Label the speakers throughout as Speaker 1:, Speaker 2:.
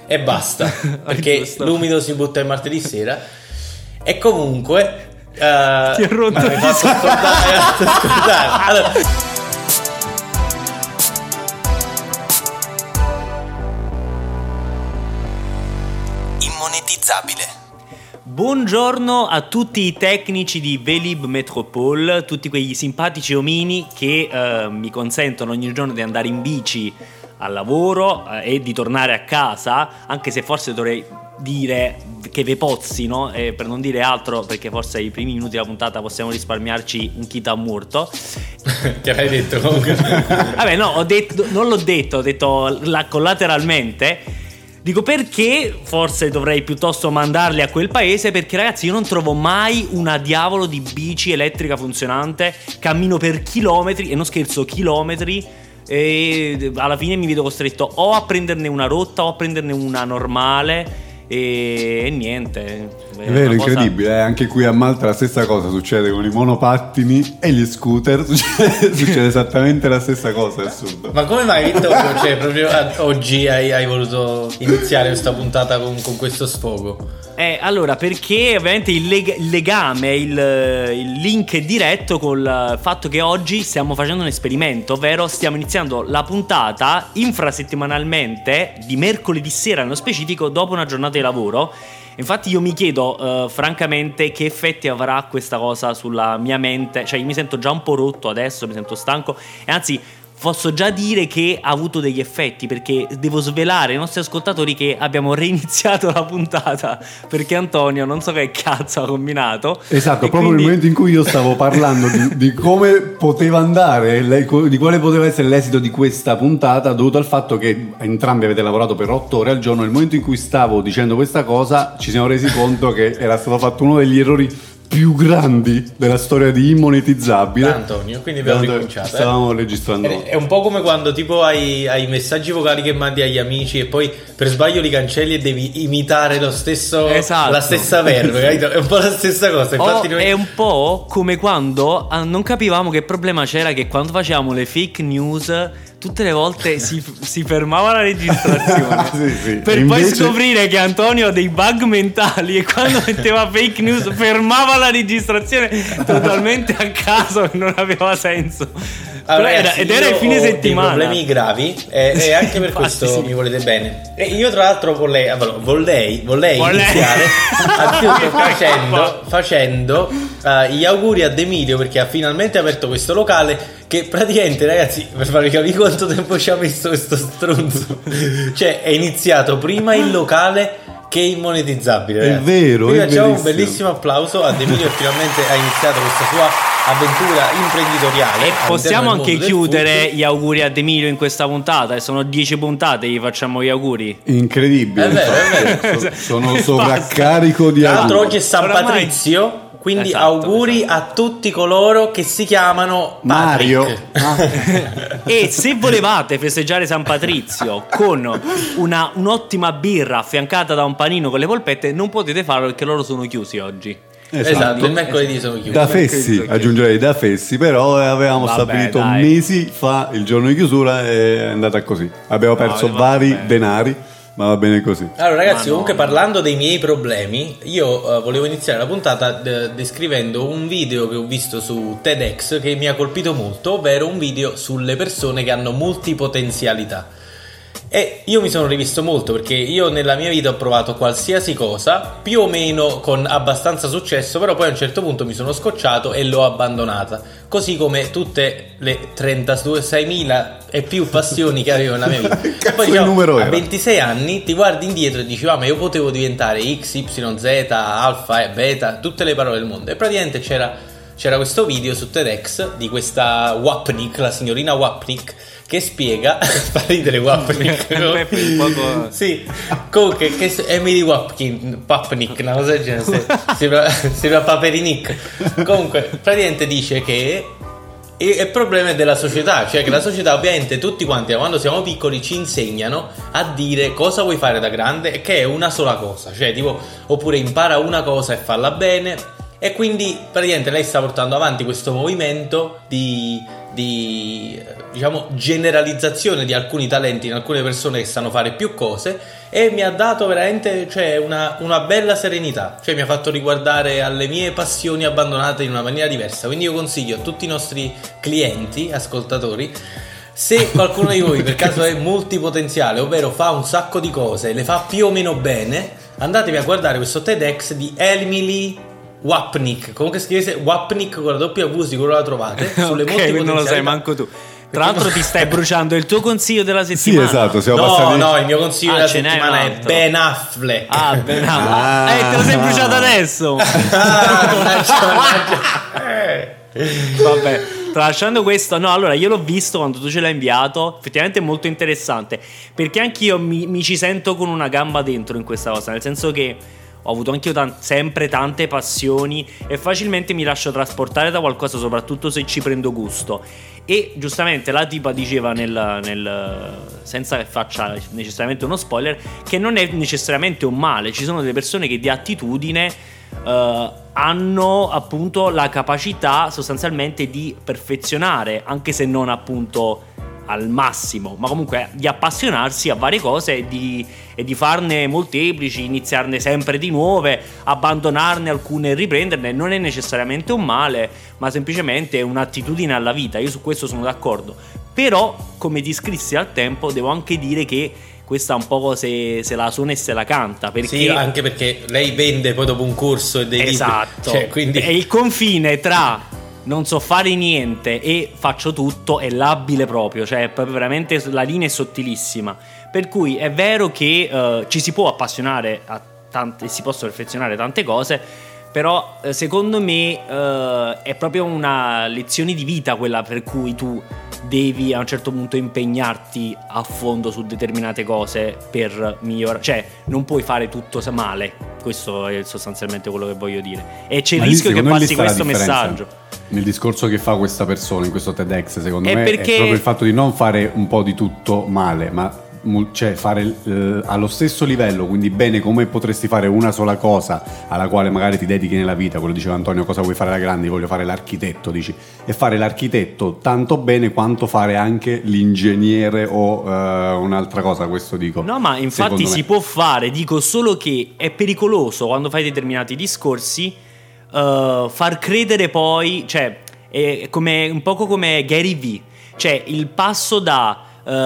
Speaker 1: e basta, perché l'umido si butta il martedì sera. E comunque
Speaker 2: ti ha rotto
Speaker 1: mi hai fatto scordare. Allora,
Speaker 3: immonetizzabile.
Speaker 2: Buongiorno a tutti i tecnici di Velib Metropole, tutti quegli simpatici omini che mi consentono ogni giorno di andare in bici al lavoro e di tornare a casa, anche se forse dovrei dire che ve pozzino, per non dire altro, perché forse ai primi minuti della puntata possiamo risparmiarci un chita morto.
Speaker 1: Che l'hai detto comunque?
Speaker 2: Vabbè, no, non l'ho detto, ho detto collateralmente. Dico perché forse dovrei piuttosto mandarli a quel paese, perché ragazzi io non trovo mai una diavolo di bici elettrica funzionante, cammino per chilometri, e non scherzo, chilometri, e alla fine mi vedo costretto o a prenderne una rotta o a prenderne una normale e niente.
Speaker 4: È vero, incredibile, anche qui a Malta la stessa cosa succede con i monopattini e gli scooter, succede esattamente la stessa cosa, è assurdo.
Speaker 1: Ma come mai, Vittorio, cioè proprio oggi hai voluto iniziare questa puntata con questo sfogo?
Speaker 2: Allora, perché ovviamente il legame, il link è diretto col fatto che oggi stiamo facendo un esperimento, ovvero stiamo iniziando la puntata infrasettimanalmente di mercoledì sera, nello specifico, dopo una giornata di lavoro. Infatti io mi chiedo francamente che effetti avrà questa cosa sulla mia mente. Cioè io mi sento già un po' rotto adesso, mi sento stanco, e anzi posso già dire che ha avuto degli effetti, perché devo svelare ai nostri ascoltatori che abbiamo reiniziato la puntata perché Antonio non so che cazzo ha combinato.
Speaker 4: Esatto, proprio nel momento in cui io stavo parlando di come poteva andare, di quale poteva essere l'esito di questa puntata, dovuto al fatto che entrambi avete lavorato per 8 ore al giorno. Nel momento in cui stavo dicendo questa cosa ci siamo resi conto che era stato fatto uno degli errori più grandi della storia di Immonetizzabile.
Speaker 1: Antonio, quindi abbiamo ricominciato.
Speaker 4: Stavamo registrando.
Speaker 1: È un po' come quando tipo hai messaggi vocali che mandi agli amici e poi per sbaglio li cancelli e devi imitare lo stesso,
Speaker 2: esatto,
Speaker 1: la stessa verba. È un po' la stessa cosa. Infatti
Speaker 2: è un po' come quando non capivamo che problema c'era, che quando facevamo le fake news tutte le volte si fermava la registrazione
Speaker 4: sì.
Speaker 2: per
Speaker 4: invece
Speaker 2: poi scoprire che Antonio ha dei bug mentali e quando metteva fake news fermava la registrazione totalmente a caso, che non aveva senso.
Speaker 1: Allora, ragazzi,
Speaker 2: ed era il fine settimana.
Speaker 1: Dei problemi gravi e anche per questo sì. Mi volete bene. E io tra l'altro vorrei iniziare facendo gli auguri ad Emilio, perché ha finalmente aperto questo locale. Che praticamente, ragazzi, per farvi capire quanto tempo ci ha messo questo stronzo, cioè è iniziato prima il locale che Immonetizzabile, ragazzi.
Speaker 4: È vero.
Speaker 1: Quindi facciamo un bellissimo applauso ad Emilio che finalmente ha iniziato questa sua avventura imprenditoriale.
Speaker 2: E possiamo anche chiudere gli auguri ad Emilio in questa puntata, e sono 10 puntate gli facciamo gli auguri.
Speaker 4: Incredibile.
Speaker 1: È vero.
Speaker 4: Sono sovraccarico di
Speaker 1: auguri. Tra
Speaker 4: auguri.
Speaker 1: l'altro oggi è San Patrizio. Quindi esatto, auguri a tutti coloro che si chiamano
Speaker 4: Mario.
Speaker 2: E se volevate festeggiare San Patrizio con un'ottima birra affiancata da un panino con le polpette, non potete farlo perché loro sono chiusi oggi.
Speaker 1: Esatto, il mercoledì sono chiusi.
Speaker 4: Da fessi, aggiungerei da fessi, però avevamo stabilito mesi fa il giorno di chiusura e è andata così. Abbiamo perso vari denari. Ma va bene così.
Speaker 1: Allora ragazzi, comunque parlando dei miei problemi, io volevo iniziare la puntata descrivendo un video che ho visto su TEDx che mi ha colpito molto, ovvero un video sulle persone che hanno multipotenzialità. E io mi sono rivisto molto, perché io nella mia vita ho provato qualsiasi cosa più o meno con abbastanza successo, però poi a un certo punto mi sono scocciato e l'ho abbandonata, così come tutte le 36.000 e più passioni che avevo nella mia vita. Poi diciamo, a 26 anni ti guardi indietro e dici ma io potevo diventare X, Y, Z, alfa e beta, tutte le parole del mondo. E praticamente c'era questo video su TEDx di questa Wapnick, la signorina Wapnick, che spiega fa ridere Wapnick sì, comunque che Emily Wapnick, una cosa del genere, sembra Paperinick. Comunque praticamente dice che il problema è della società, cioè che la società ovviamente tutti quanti quando siamo piccoli ci insegnano a dire cosa vuoi fare da grande, che è una sola cosa, cioè tipo oppure impara una cosa e falla bene. E quindi praticamente lei sta portando avanti questo movimento di diciamo generalizzazione di alcuni talenti in alcune persone che sanno fare più cose, e mi ha dato veramente, cioè, una bella serenità, cioè mi ha fatto riguardare alle mie passioni abbandonate in una maniera diversa. Quindi io consiglio a tutti i nostri clienti, ascoltatori, se qualcuno di voi per caso è multipotenziale, ovvero fa un sacco di cose, le fa più o meno bene, andatevi a guardare questo TEDx di Emily Wapnick, comunque scrivete Wapnick con la W, sicuro la trovate, sulle
Speaker 2: ok, non lo sai manco tu. Tra l'altro ti stai bruciando il tuo consiglio della settimana.
Speaker 4: Sì, esatto, siamo passati.
Speaker 1: No, il mio consiglio della settimana è Ben Affleck.
Speaker 2: Ben Affleck. Te lo sei bruciato adesso. Vabbè, tralasciando questo, no, allora io l'ho visto quando tu ce l'hai inviato, effettivamente è molto interessante, perché anch'io mi ci sento con una gamba dentro in questa cosa, nel senso che ho avuto anch'io sempre tante passioni e facilmente mi lascio trasportare da qualcosa, soprattutto se ci prendo gusto. E giustamente la tipa diceva senza che faccia necessariamente uno spoiler, che non è necessariamente un male. Ci sono delle persone che di attitudine hanno appunto la capacità sostanzialmente di perfezionare, anche se non appunto al massimo, ma comunque di appassionarsi a varie cose e di farne molteplici, iniziarne sempre di nuove, abbandonarne alcune e riprenderne. Non è necessariamente un male, ma semplicemente un'attitudine alla vita. Io su questo sono d'accordo. Però, come ti scrissi al tempo, devo anche dire che questa un po' se la suona e se la canta, perché
Speaker 1: sì, anche perché lei vende poi dopo un corso e dei
Speaker 2: esatto,
Speaker 1: libri, cioè, quindi
Speaker 2: è il confine tra non so fare niente e faccio tutto è labile proprio, cioè proprio veramente la linea è sottilissima, per cui è vero che ci si può appassionare a tante, si possono perfezionare tante cose, però secondo me è proprio una lezione di vita quella per cui tu devi a un certo punto impegnarti a fondo su determinate cose per migliorare, cioè non puoi fare tutto male, questo è sostanzialmente quello che voglio dire, e c'è il rischio che passi questo messaggio.
Speaker 4: Nel discorso che fa questa persona in questo TEDx, secondo me
Speaker 2: perché
Speaker 4: è proprio il fatto di non fare un po' di tutto male, ma cioè fare allo stesso livello, quindi bene come potresti fare una sola cosa alla quale magari ti dedichi nella vita. Quello diceva Antonio, cosa vuoi fare da grande? Voglio fare l'architetto, dici, e fare l'architetto tanto bene quanto fare anche l'ingegnere o un'altra cosa, questo dico.
Speaker 2: No, ma infatti si può fare, dico solo che è pericoloso quando fai determinati discorsi far credere poi, cioè è come un poco come Gary Vee, cioè il passo da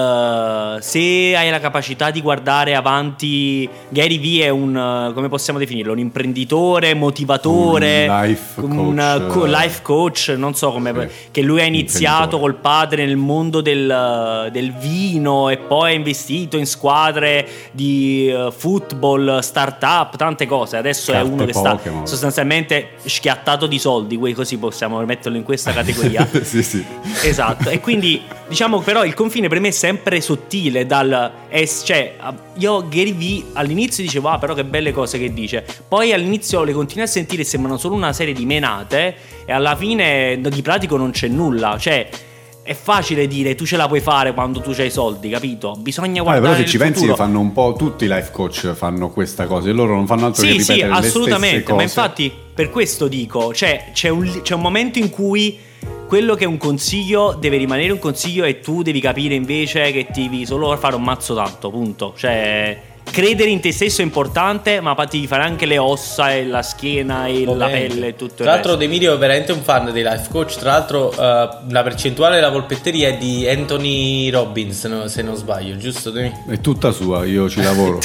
Speaker 2: se hai la capacità di guardare avanti. Gary Vee è un, come possiamo definirlo, un imprenditore, motivatore, un life coach, non so come, sì, che lui ha iniziato col padre nel mondo del vino e poi ha investito in squadre di football, startup, tante cose. Adesso è uno che Pokémon. Sta sostanzialmente schiattato di soldi, così possiamo metterlo in questa categoria.
Speaker 4: Sì, sì.
Speaker 2: Esatto. E quindi diciamo però il confine per me è sempre sottile cioè io Gary Vee all'inizio dicevo però che belle cose che dice, poi all'inizio le continui a sentire e sembrano solo una serie di menate e alla fine di pratico non c'è nulla, cioè è facile dire tu ce la puoi fare quando tu c'hai i soldi, capito? Bisogna guardare
Speaker 4: però se ci
Speaker 2: pensi
Speaker 4: fanno un po' tutti i life coach fanno questa cosa e loro non fanno altro che ripetere le stesse cose.
Speaker 2: Ma infatti per questo dico, cioè c'è un momento in cui quello che è un consiglio deve rimanere un consiglio e tu devi capire invece che devi solo fare un mazzo tanto, punto. Cioè credere in te stesso è importante, ma devi fare anche le ossa e la schiena e la pelle e tutto.
Speaker 1: Tra l'altro Emilio è veramente un fan dei life coach. Tra l'altro la percentuale della polpetteria è di Anthony Robbins, no, se non sbaglio, giusto?
Speaker 4: È tutta sua, io ci lavoro.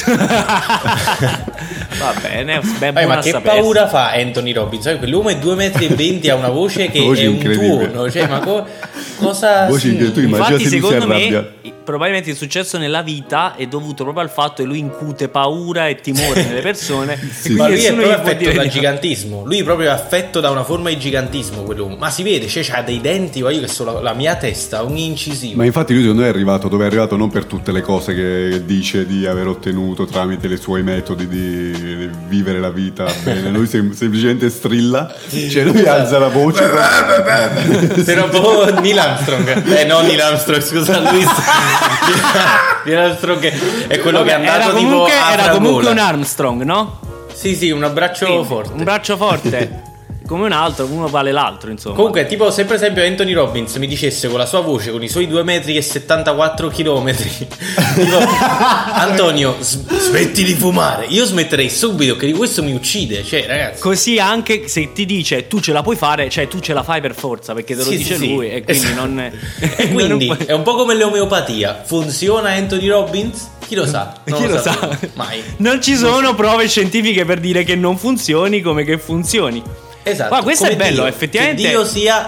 Speaker 2: Va bene,
Speaker 1: ma che paura fa Anthony Robbins? Quell'uomo è 2,20 m, ha una voce che è un tuono, cioè ma cosa
Speaker 4: voce tu
Speaker 2: infatti secondo me probabilmente il successo nella vita è dovuto proprio al fatto che lui incute paura e timore nelle persone.
Speaker 1: Sì. Ma lui è proprio affetto da gigantismo. Lui proprio è affetto da una forma di gigantismo quell'uomo. Ma si vede, cioè c'ha dei denti, voglio che sono la mia testa, un incisivo.
Speaker 4: Ma infatti lui secondo me è arrivato dove è arrivato non per tutte le cose che dice di aver ottenuto tramite i suoi metodi di vivere la vita bene. Lui semplicemente strilla, cioè lui alza la voce.
Speaker 1: Era un po' Neil Armstrong. No, Neil Armstrong, scusa, Luis. Neil Armstrong è quello che è andato
Speaker 2: era comunque un Armstrong, no?
Speaker 1: Sì, un abbraccio forte.
Speaker 2: Un braccio forte. come un altro, uno vale l'altro, insomma.
Speaker 1: Comunque, tipo, se per esempio Anthony Robbins mi dicesse con la sua voce, con i suoi 2,74 metri, dico, Antonio, smetti di fumare, io smetterei subito, che di questo mi uccide, cioè, ragazzi.
Speaker 2: Così anche se ti dice tu ce la puoi fare, cioè tu ce la fai per forza, perché te lo dice lui, e quindi non
Speaker 1: e quindi non è un po' come l'omeopatia. Funziona Anthony Robbins? Chi lo sa?
Speaker 2: Chi lo sa?
Speaker 1: Mai.
Speaker 2: Non ci sono prove scientifiche per dire che non funzioni come che funzioni.
Speaker 1: Esatto.
Speaker 2: Ma questo
Speaker 1: come
Speaker 2: è bello,
Speaker 1: Dio,
Speaker 2: effettivamente.
Speaker 1: Che Dio sia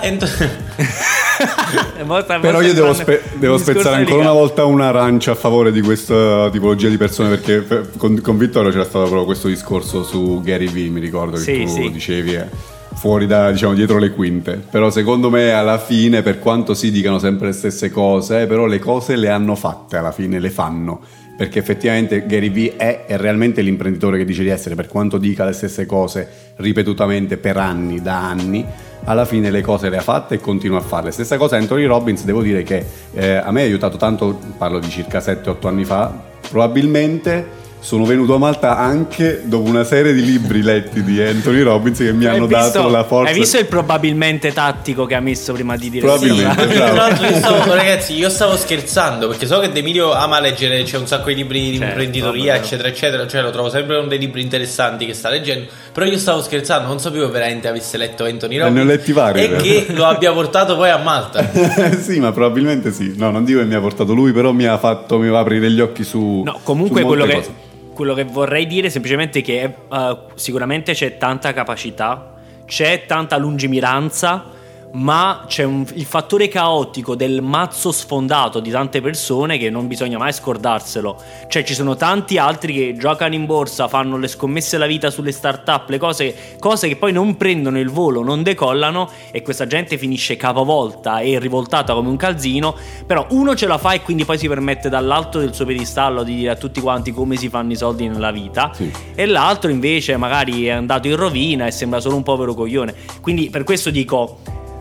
Speaker 4: Però io devo spezzare ancora una volta un'arancia a favore di questa tipologia di persone, perché con Vittorio c'era stato proprio questo discorso su Gary Vee, mi ricordo che tu dicevi fuori da, diciamo, dietro le quinte. Però secondo me alla fine, per quanto si dicano sempre le stesse cose, però le cose le hanno fatte, alla fine le fanno, perché effettivamente Gary Vee è realmente l'imprenditore che dice di essere, per quanto dica le stesse cose ripetutamente per anni, da anni, alla fine le cose le ha fatte e continua a farle. Stessa cosa Anthony Robbins, devo dire che a me ha aiutato tanto, parlo di circa 7-8 anni fa, probabilmente sono venuto a Malta anche dopo una serie di libri letti di Anthony Robbins che mi hanno dato la forza.
Speaker 2: Hai visto il probabilmente tattico che ha messo prima di dire
Speaker 4: probabilmente,
Speaker 2: sì?
Speaker 4: bravo.
Speaker 1: Tra l'altro ragazzi, io stavo scherzando, perché so che De Emilio ama leggere, c'è un sacco di libri di imprenditoria, eccetera eccetera, cioè lo trovo sempre uno dei libri interessanti che sta leggendo, però io stavo scherzando, non sapevo veramente avesse letto Anthony Robbins,
Speaker 4: ne ho letti vari,
Speaker 1: e che lo abbia portato poi a Malta.
Speaker 4: Sì, ma probabilmente sì. No, non dico che mi ha portato lui, però mi ha fatto aprire gli occhi su.
Speaker 2: No, comunque
Speaker 4: su
Speaker 2: quello
Speaker 4: molte
Speaker 2: che
Speaker 4: cose.
Speaker 2: Quello che vorrei dire è semplicemente che sicuramente c'è tanta capacità, c'è tanta lungimiranza, ma c'è il fattore caotico del mazzo sfondato di tante persone che non bisogna mai scordarselo. Cioè ci sono tanti altri che giocano in borsa, fanno le scommesse alla vita sulle start-up, le cose che poi non prendono il volo, non decollano, e questa gente finisce capovolta e rivoltata come un calzino. Però uno ce la fa e quindi poi si permette dall'alto del suo piedistallo di dire a tutti quanti come si fanno i soldi nella vita, sì. E l'altro invece magari è andato in rovina e sembra solo un povero coglione. Quindi per questo dico,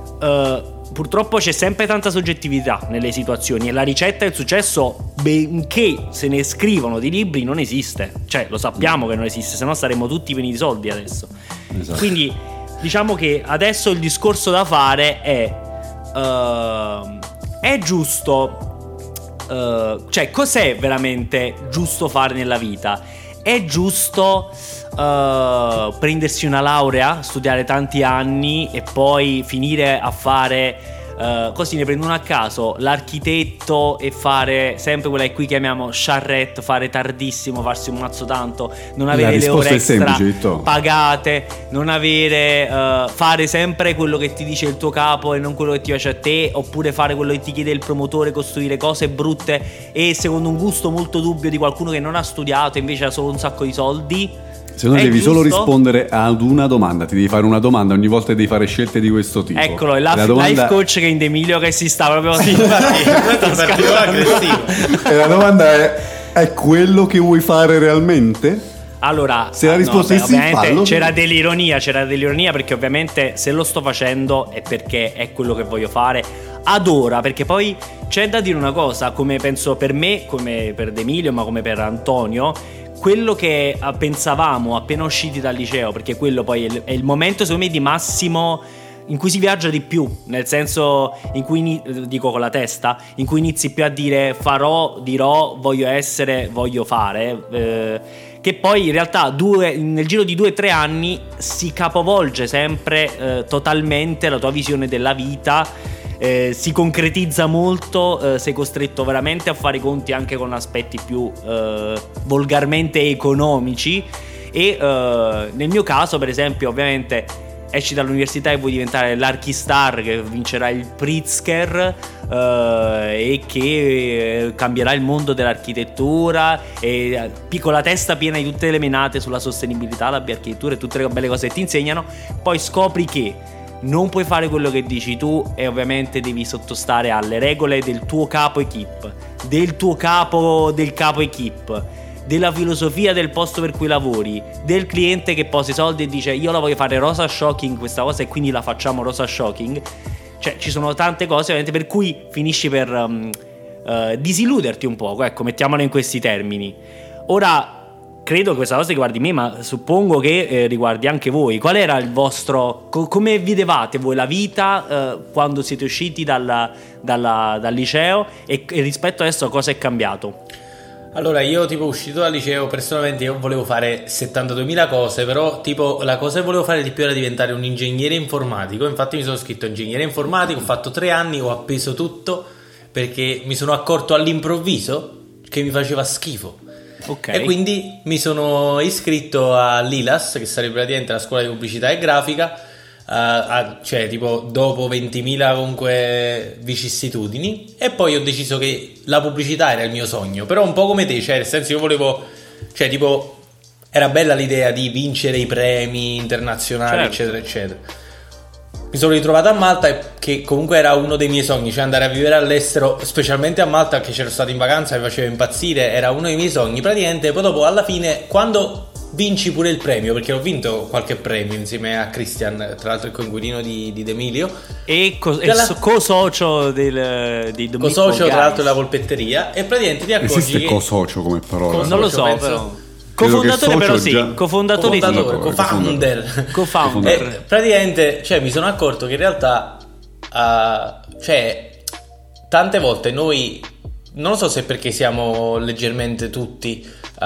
Speaker 2: purtroppo c'è sempre tanta soggettività nelle situazioni, e la ricetta del successo, benché se ne scrivono di libri, non esiste. Cioè lo sappiamo che non esiste, se no saremmo tutti pieni di soldi adesso. Esatto. Quindi diciamo che adesso il discorso da fare è giusto, cioè cos'è veramente giusto fare nella vita? È giusto prendersi una laurea, studiare tanti anni e poi finire a fare così, ne prendo uno a caso, l'architetto, e fare sempre quella che qui chiamiamo charrette, fare tardissimo, farsi un mazzo tanto, non avere le ore extra pagate, non avere fare sempre quello che ti dice il tuo capo e non quello che ti piace a te, oppure fare quello che ti chiede il promotore, costruire cose brutte e secondo un gusto molto dubbio di qualcuno che non ha studiato e invece ha solo un sacco di soldi.
Speaker 4: Se no devi solo rispondere ad una domanda, ti devi fare una domanda ogni volta e devi fare scelte di questo tipo.
Speaker 2: Eccolo, è la domanda... life coach che in De Emilio che si sta proprio
Speaker 1: aggressivo.
Speaker 4: E la domanda è quello che vuoi fare realmente?
Speaker 2: Allora,
Speaker 4: se la risposta è sì, fallo.
Speaker 2: C'era dell'ironia perché ovviamente se lo sto facendo è perché è quello che voglio fare ad ora, perché poi c'è da dire una cosa, come penso per me, come per De Emilio, ma come per Antonio, quello che pensavamo appena usciti dal liceo, perché quello poi è il momento secondo me di massimo in cui si viaggia di più, nel senso in cui dico con la testa, in cui inizi più a dire farò, dirò, voglio essere, voglio fare, che poi in realtà nel giro di 2-3 anni si capovolge sempre totalmente la tua visione della vita. Si concretizza molto, sei costretto veramente a fare i conti anche con aspetti più volgarmente economici, e nel mio caso per esempio ovviamente esci dall'università e vuoi diventare l'archistar che vincerà il Pritzker e che cambierà il mondo dell'architettura, e con la testa piena di tutte le menate sulla sostenibilità, la architettura e tutte le belle cose che ti insegnano, poi scopri che non puoi fare quello che dici tu e ovviamente devi sottostare alle regole del tuo capo equip, del tuo capo equip, della filosofia del posto per cui lavori, del cliente che posa i soldi e dice io la voglio fare rosa shocking questa cosa e quindi la facciamo rosa shocking. Cioè ci sono tante cose ovviamente per cui finisci per disilluderti un poco, ecco, mettiamolo in questi termini. Ora credo che questa cosa riguardi me, ma suppongo che riguardi anche voi. Qual era il vostro... come vedevate voi la vita quando siete usciti dal liceo e rispetto adesso cosa è cambiato?
Speaker 1: Allora, io tipo uscito dal liceo, personalmente io volevo fare 72.000 cose, però tipo la cosa che volevo fare di più era diventare un ingegnere informatico. Infatti mi sono iscritto a ingegnere informatico, ho fatto 3 anni, ho appeso tutto perché mi sono accorto all'improvviso che mi faceva schifo.
Speaker 2: Okay.
Speaker 1: E quindi mi sono iscritto all'ILAS, che sarebbe praticamente la scuola di pubblicità e grafica, cioè tipo dopo 20.000 comunque vicissitudini, e poi ho deciso che la pubblicità era il mio sogno, però un po' come te, cioè nel senso io volevo, cioè tipo era bella l'idea di vincere i premi internazionali,
Speaker 2: certo,
Speaker 1: eccetera eccetera. Mi sono ritrovato a Malta, che comunque era uno dei miei sogni, cioè andare a vivere all'estero, specialmente a Malta, che c'ero stato in vacanza, mi faceva impazzire, era uno dei miei sogni praticamente. Poi dopo alla fine, quando vinci pure il premio, perché ho vinto qualche premio insieme a Christian, tra l'altro il coinquilino di D'Emilio,
Speaker 2: e co-socio di Domenico,
Speaker 1: co-socio tra l'altro della polpetteria, e praticamente ti accorgi
Speaker 3: esiste
Speaker 1: che
Speaker 3: co-socio come parola?
Speaker 2: non lo so,
Speaker 1: penso,
Speaker 2: però cofondatore, però sì,
Speaker 3: già...
Speaker 2: cofondatore sì.
Speaker 1: Co-founder. Praticamente, cioè mi sono accorto che in realtà cioè tante volte noi, non lo so se perché siamo leggermente tutti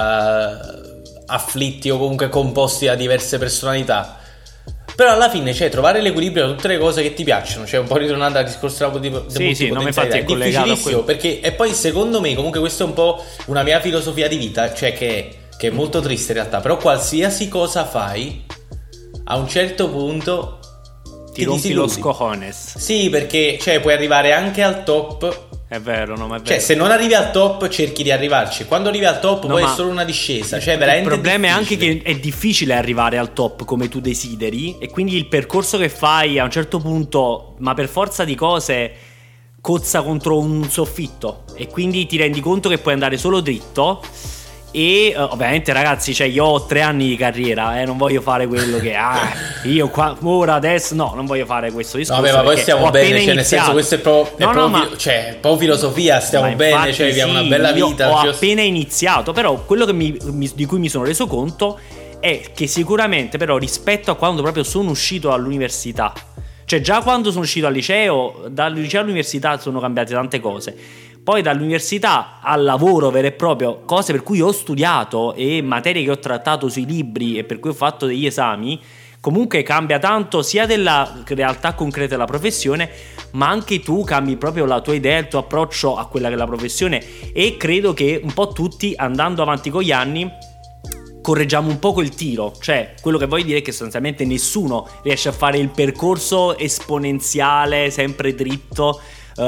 Speaker 1: afflitti o comunque composti da diverse personalità, però alla fine, cioè, trovare l'equilibrio da tutte le cose che ti piacciono, cioè un po' ritornando al discorso della
Speaker 2: sì, no, infatti è
Speaker 1: difficilissimo, perché e poi secondo me comunque questo è un po' una mia filosofia di vita, cioè che è molto triste in realtà, però qualsiasi cosa fai a un certo punto
Speaker 2: ti rompi lo cojones.
Speaker 1: Sì, perché cioè puoi arrivare anche al top.
Speaker 2: È vero, no, ma è vero.
Speaker 1: Cioè, se non arrivi al top, cerchi di arrivarci. Quando arrivi al top, poi è solo una discesa. Cioè, veramente.
Speaker 2: Il problema
Speaker 1: difficile.
Speaker 2: è anche che è difficile arrivare al top come tu desideri. E quindi il percorso che fai a un certo punto, ma per forza di cose, cozza contro un soffitto. E quindi ti rendi conto che puoi andare solo dritto. E ovviamente, ragazzi, cioè io ho 3 anni di carriera, non voglio fare quello che io qua ora adesso non voglio fare questo discorso.
Speaker 1: No, vabbè, ma poi stiamo bene, cioè nel senso questo è proprio cioè proprio filosofia, stiamo bene,
Speaker 2: infatti,
Speaker 1: cioè viviamo una bella vita.
Speaker 2: Ho appena iniziato, però quello che di cui mi sono reso conto è che sicuramente però rispetto a quando proprio sono uscito all'università, cioè già quando sono uscito al liceo, dal liceo all'università sono cambiate tante cose. Poi dall'università al lavoro vero e proprio, cose per cui ho studiato e materie che ho trattato sui libri e per cui ho fatto degli esami, comunque cambia tanto sia della realtà concreta della professione, ma anche tu cambi proprio la tua idea, il tuo approccio a quella che è la professione. E credo che un po' tutti, andando avanti con gli anni, correggiamo un poco il tiro. Cioè, quello che voglio dire è che sostanzialmente nessuno riesce a fare il percorso esponenziale, sempre dritto,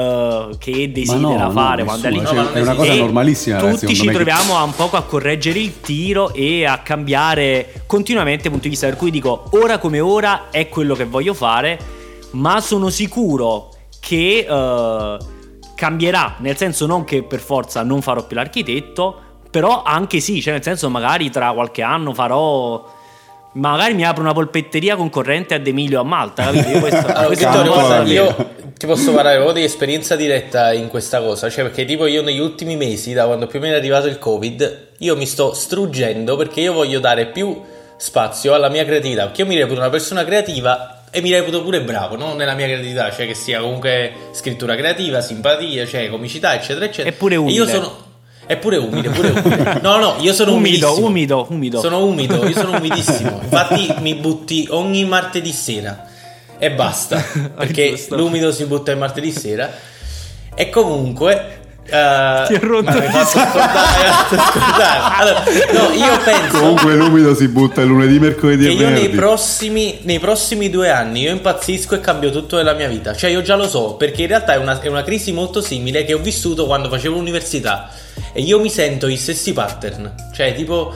Speaker 2: che desidera fare quando è lì.
Speaker 3: È una cosa normalissima.
Speaker 2: Tutti ci troviamo un poco a correggere il tiro e a cambiare continuamente punto di vista, per cui dico, ora come ora è quello che voglio fare, ma sono sicuro che cambierà, nel senso non che per forza non farò più l'architetto, però anche sì, cioè nel senso magari tra qualche anno magari mi apro una polpetteria concorrente a D'Emilio a Malta, capito?
Speaker 1: Io ti posso parlare proprio di esperienza diretta in questa cosa, cioè perché tipo io negli ultimi mesi, da quando più o meno è arrivato il Covid, io mi sto struggendo perché io voglio dare più spazio alla mia creatività, perché io mi reputo una persona creativa e mi reputo pure bravo, no? Nella mia creatività, cioè che sia comunque scrittura creativa, simpatia, cioè comicità, eccetera eccetera.
Speaker 2: Eppure umile.
Speaker 1: E io sono è pure umile. No, io sono
Speaker 2: umido.
Speaker 1: Sono umido, io sono umidissimo. Infatti mi butti ogni martedì sera e basta, perché l'umido si butta il martedì sera. E comunque
Speaker 2: ti ho rotto
Speaker 1: mi faccio scordare. Allora, no, io penso
Speaker 3: comunque l'umido si butta lunedì, mercoledì e venerdì.
Speaker 1: Io nei prossimi 2 anni io impazzisco e cambio tutto nella mia vita. Cioè io già lo so, perché in realtà è una crisi molto simile che ho vissuto quando facevo l'università. E io mi sento i stessi pattern. Cioè tipo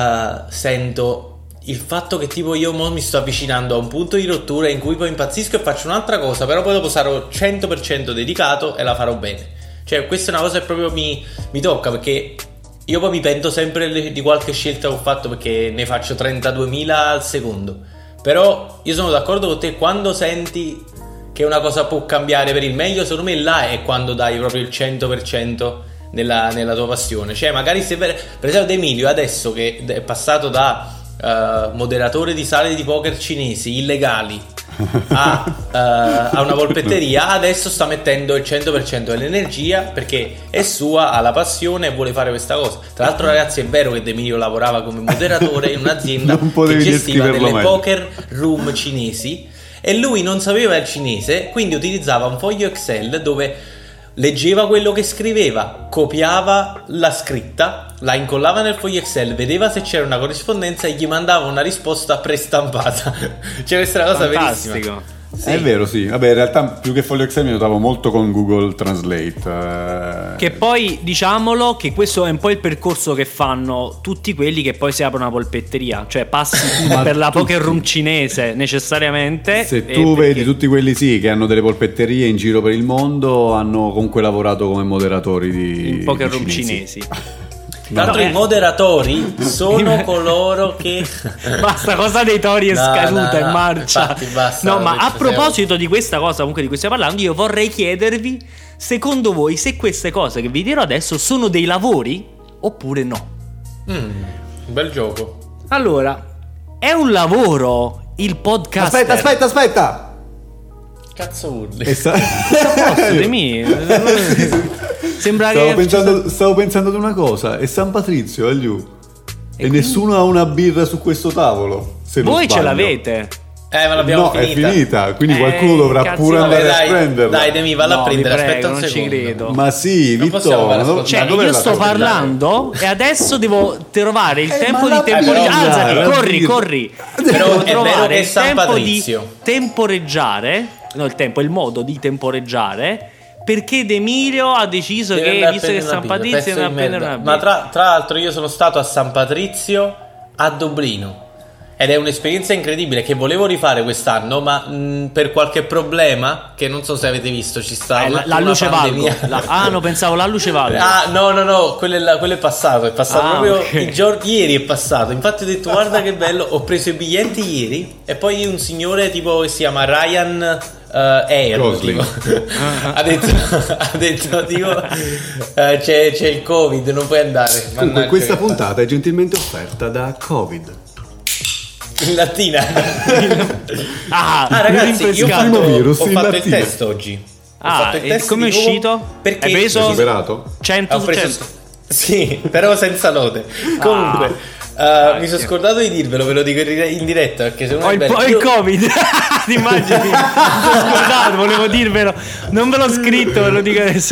Speaker 1: sento il fatto che tipo io mo mi sto avvicinando a un punto di rottura in cui poi impazzisco e faccio un'altra cosa, però poi dopo sarò 100% dedicato e la farò bene. Cioè questa è una cosa che proprio mi tocca, perché io poi mi pento sempre di qualche scelta che ho fatto, perché ne faccio 32.000 al secondo. Però io sono d'accordo con te, quando senti che una cosa può cambiare per il meglio, secondo me là è quando dai proprio il 100% nella tua passione. Cioè magari se per esempio De Emilio adesso che è passato da moderatore di sale di poker cinesi illegali a una polpetteria, adesso sta mettendo il 100% dell'energia perché è sua, ha la passione e vuole fare questa cosa. Tra l'altro ragazzi, è vero che De Emilio lavorava come moderatore in un'azienda che gestiva delle poker room cinesi e lui non sapeva il cinese, quindi utilizzava un foglio Excel dove leggeva quello che scriveva, copiava la scritta, la incollava nel foglio Excel, vedeva se c'era una corrispondenza e gli mandava una risposta prestampata. Cioè questa è una cosa verissima.
Speaker 3: Sì. È vero, sì. Vabbè, in realtà più che foglio Excel mi notavo molto con Google Translate.
Speaker 2: Che poi diciamolo che questo è un po' il percorso che fanno tutti quelli che poi si aprono una polpetteria, cioè passi per la poker room cinese necessariamente.
Speaker 3: Se tu vedi tutti quelli sì che hanno delle polpetterie in giro per il mondo, hanno comunque lavorato come moderatori di
Speaker 2: poker room cinesi.
Speaker 1: Tra l'altro i moderatori sono coloro che
Speaker 2: basta, cosa dei tori è scaduta in marcia.
Speaker 1: Infatti, basta,
Speaker 2: no, ma a proposito di questa cosa comunque di cui stiamo parlando, io vorrei chiedervi, secondo voi, se queste cose che vi dirò adesso sono dei lavori oppure no.
Speaker 1: Bel gioco.
Speaker 2: Allora, è un lavoro il podcast?
Speaker 3: Aspetta.
Speaker 1: Cazzo urli.
Speaker 2: Sembra
Speaker 3: stavo pensando ad una cosa. È San Patrizio e nessuno ha una birra su questo tavolo. Se non
Speaker 2: voi
Speaker 3: sbaglio.
Speaker 2: Ce l'avete?
Speaker 1: Ma l'abbiamo finita.
Speaker 3: È finita, quindi qualcuno dovrà pure andare a prenderla.
Speaker 1: Dai, Demi, valla a prendere.
Speaker 2: Prego,
Speaker 1: aspetta un
Speaker 2: non
Speaker 1: secondo.
Speaker 2: ci credo.
Speaker 3: Ma sì, Vittorio.
Speaker 2: Cioè, io sto parlando e adesso devo trovare il tempo di temporeggiare. Alzati, corri.
Speaker 1: Però è vero che è
Speaker 2: il
Speaker 1: San
Speaker 2: tempo
Speaker 1: Patrizio.
Speaker 2: di temporeggiare. No, il modo di temporeggiare. Perché De Emilio ha deciso che, visto che San Patrizio deve prendere una birra.
Speaker 1: Ma tra l'altro io sono stato a San Patrizio a Dublino ed è un'esperienza incredibile che volevo rifare quest'anno, ma per qualche problema che non so se avete visto ci sta
Speaker 2: la luce valgo. No, pensavo la luce valgo.
Speaker 1: No, quello è passato proprio okay. Ieri è passato. Infatti ho detto guarda che bello, ho preso i biglietti ieri e poi un signore tipo che si chiama Ryan Air tipo, ha detto tipo c'è il Covid, non puoi andare.
Speaker 3: Comunque questa puntata è gentilmente offerta da Covid
Speaker 1: in latina. Ragazzi, io ho fatto il test oggi.
Speaker 2: E come è uscito?
Speaker 1: Perché
Speaker 2: hai preso
Speaker 3: superato?
Speaker 2: 100 su 100?
Speaker 1: Sì, però senza lode. Comunque mi sono scordato di dirvelo, ve lo dico in diretta perché se
Speaker 2: ho il Covid. Ti immagini? Mi sono scordato, volevo dirvelo. Non ve l'ho scritto, ve lo dico adesso.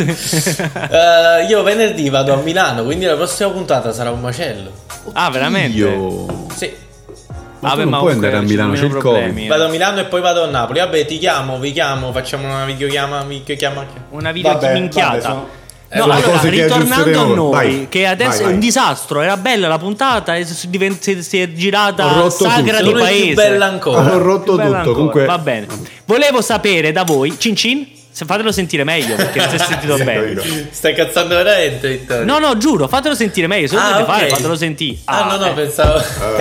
Speaker 1: Io venerdì vado a Milano, quindi la prossima puntata sarà un macello.
Speaker 2: Veramente?
Speaker 1: Sì.
Speaker 3: Ma tu non puoi andare a Milano, c'è il Covid.
Speaker 1: Vado a Milano e poi vado a Napoli. Vabbè, vi chiamo, facciamo una videochiama.
Speaker 2: Una videominchiata. No,
Speaker 3: allora,
Speaker 2: ritornando a noi, che adesso è un disastro. Era bella la puntata e si è girata sagra di paese.
Speaker 1: Più bella ancora.
Speaker 3: Ho rotto tutto. Comunque
Speaker 2: va bene. Volevo sapere da voi, Cin, fatelo sentire meglio perché non si è sentito bene.
Speaker 1: Stai cazzando veramente, Vittorio?
Speaker 2: No, giuro, fatelo sentire meglio. Se lo dovete fare, fatelo sentire.
Speaker 1: Pensavo.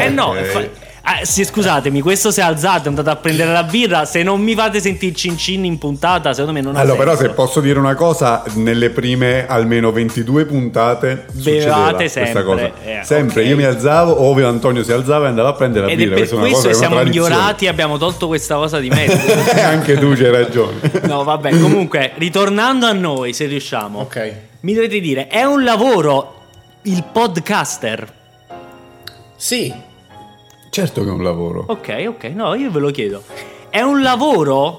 Speaker 2: Scusatemi, questo si è alzato, è andato a prendere la birra. Se non mi fate sentire Cin in puntata, secondo me non ha senso.
Speaker 3: Però se posso dire una cosa, nelle prime almeno 22 puntate
Speaker 2: bevate
Speaker 3: questa cosa. Sempre,
Speaker 2: okay.
Speaker 3: Io mi alzavo, o Antonio si alzava e andava a prendere la birra.
Speaker 2: Ed è per questo che siamo migliorati e abbiamo tolto questa cosa di mezzo.
Speaker 3: Anche tu c'hai ragione.
Speaker 2: No, vabbè, comunque, ritornando a noi, se riusciamo.
Speaker 1: Ok.
Speaker 2: Mi dovete dire, è un lavoro il podcaster?
Speaker 1: Sì.
Speaker 3: Certo che è un lavoro.
Speaker 2: Ok, no, io ve lo chiedo. È un lavoro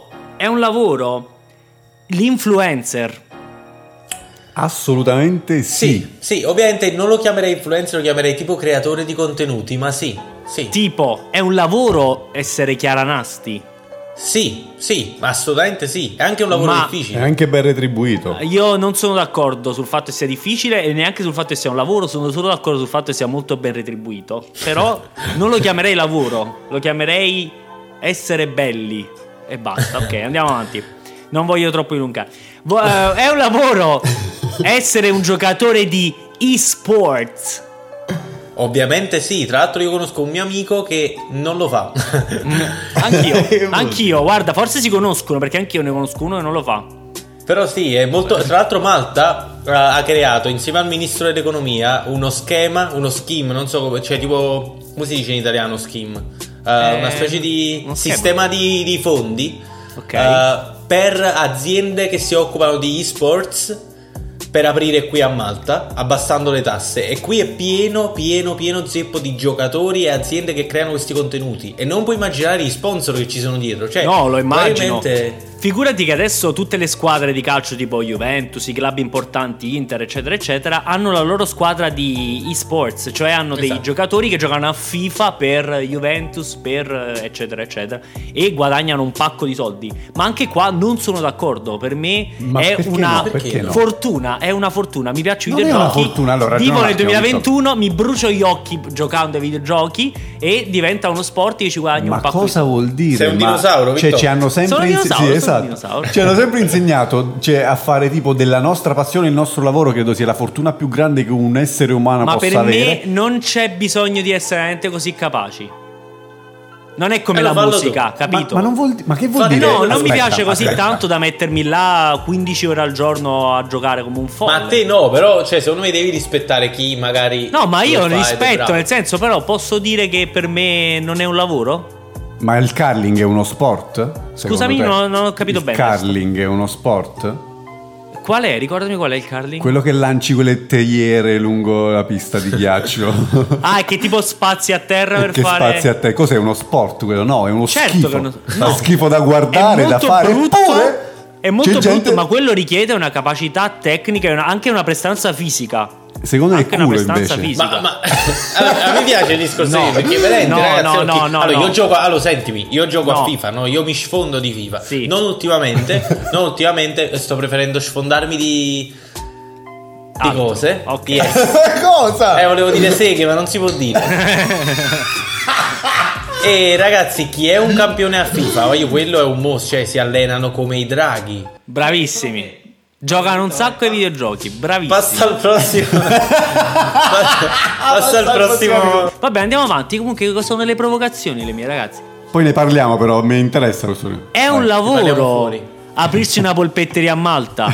Speaker 2: l'influencer?
Speaker 3: Assolutamente sì.
Speaker 1: Sì, ovviamente non lo chiamerei influencer, lo chiamerei tipo creatore di contenuti, ma sì.
Speaker 2: Tipo, è un lavoro essere Chiara Nasti?
Speaker 1: Sì, assolutamente sì. È anche un lavoro difficile.
Speaker 3: È anche ben retribuito.
Speaker 2: Io non sono d'accordo sul fatto che sia difficile e neanche sul fatto che sia un lavoro. Sono solo d'accordo sul fatto che sia molto ben retribuito. Però non lo chiamerei lavoro, lo chiamerei essere belli. E basta, ok, andiamo avanti. Non voglio troppo dilungare. È un lavoro essere un giocatore di eSports?
Speaker 1: Ovviamente sì, tra l'altro io conosco un mio amico che non lo fa.
Speaker 2: Anch'io, guarda, forse si conoscono perché anch'io ne conosco uno che non lo fa.
Speaker 1: Però sì, è molto. Tra l'altro Malta ha creato insieme al ministro dell'economia uno scheme, non so come, cioè tipo, come si dice in italiano scheme? Una specie di sistema di fondi per aziende che si occupano di esports, per aprire qui a Malta, abbassando le tasse. E qui è pieno zeppo di giocatori e aziende che creano questi contenuti. E non puoi immaginare gli sponsor che ci sono dietro. Cioè,
Speaker 2: no, lo immagino. Figurati che adesso tutte le squadre di calcio tipo Juventus, i club importanti, Inter, eccetera, eccetera, hanno la loro squadra di esports, cioè hanno dei giocatori che giocano a FIFA per Juventus, per eccetera, eccetera, e guadagnano un pacco di soldi. Ma anche qua non sono d'accordo. Per me è una fortuna. È una fortuna. Mi piacciono i videogiochi. Vivo nel 2021, mi brucio gli occhi giocando ai videogiochi e diventa uno sport che ci guadagno un pacco.
Speaker 3: Ma cosa vuol dire?
Speaker 1: Sei un dinosauro?
Speaker 3: Cioè, ci hanno sempre ci hanno sempre insegnato, cioè, a fare tipo della nostra passione il nostro lavoro. Credo sia la fortuna più grande che un essere umano possa avere. Ma per me
Speaker 2: non c'è bisogno di essere veramente così capaci. Non è come la musica, capito?
Speaker 3: Ma che vuol dire?
Speaker 2: No, non mi piace così tanto da mettermi là 15 ore al giorno a giocare come un folle.
Speaker 1: Ma a te no, però, cioè, secondo me devi rispettare chi magari.
Speaker 2: No, ma io rispetto, nel senso, però posso dire che per me non è un lavoro?
Speaker 3: Ma il curling è uno sport?
Speaker 2: Scusami, non ho capito bene.
Speaker 3: Il curling è uno sport?
Speaker 2: Qual è? Ricordami qual è il curling?
Speaker 3: Quello che lanci quelle teiere lungo la pista di ghiaccio.
Speaker 2: Ah, è che tipo spazi a terra per
Speaker 3: che
Speaker 2: fare.
Speaker 3: Spazi a terra. Cos'è uno sport quello? No, è uno
Speaker 2: schifo.
Speaker 3: Che fa schifo da guardare, da fare.
Speaker 2: Eppure è molto brutto, ma quello richiede una capacità tecnica e anche una prestanza fisica.
Speaker 3: Secondo me è culo invece.
Speaker 2: Fisica.
Speaker 1: Ma allora, a me piace il discorso perché veramente ragazzi, allora, io gioco, sentimi, io gioco a FIFA, no? Io mi sfondo di FIFA.
Speaker 2: Sì.
Speaker 1: Non ultimamente sto preferendo sfondarmi di cose.
Speaker 2: Ok.
Speaker 3: Cosa?
Speaker 1: Volevo dire seghe, ma non si può dire. E ragazzi, chi è un campione a FIFA? Quello è un mostro, cioè si allenano come i draghi.
Speaker 2: Bravissimi. Giocano un sacco ai videogiochi, bravissimi.
Speaker 1: Passa al prossimo. Passa al prossimo.
Speaker 2: Vabbè, andiamo avanti. Comunque sono le provocazioni le mie, ragazzi.
Speaker 3: Poi ne parliamo, però mi interessa questo.
Speaker 2: È un lavoro aprirsi una polpetteria a Malta.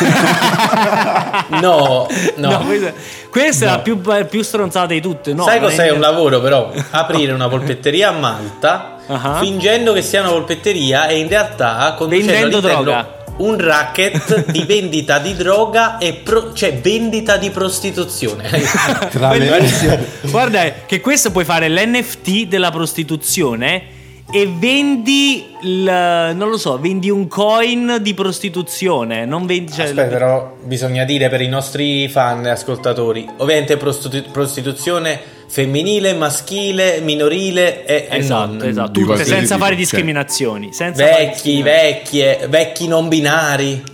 Speaker 1: No.
Speaker 2: Questa è la più stronzata di tutte. No,
Speaker 1: sai cos'è un lavoro, però? Aprire una polpetteria a Malta, fingendo che sia una polpetteria e in realtà
Speaker 2: vendendo droga.
Speaker 1: Un racket di vendita di droga e cioè vendita di prostituzione.
Speaker 2: Guarda che questo puoi fare l'NFT della prostituzione e vendi non lo so, vendi un coin di prostituzione, non vendi, cioè,
Speaker 1: aspetta, però bisogna dire per i nostri fan e ascoltatori, ovviamente prostituzione femminile, maschile, minorile e non.
Speaker 2: Esatto, tutte, senza fare discriminazioni, senza
Speaker 1: vecchi non binari.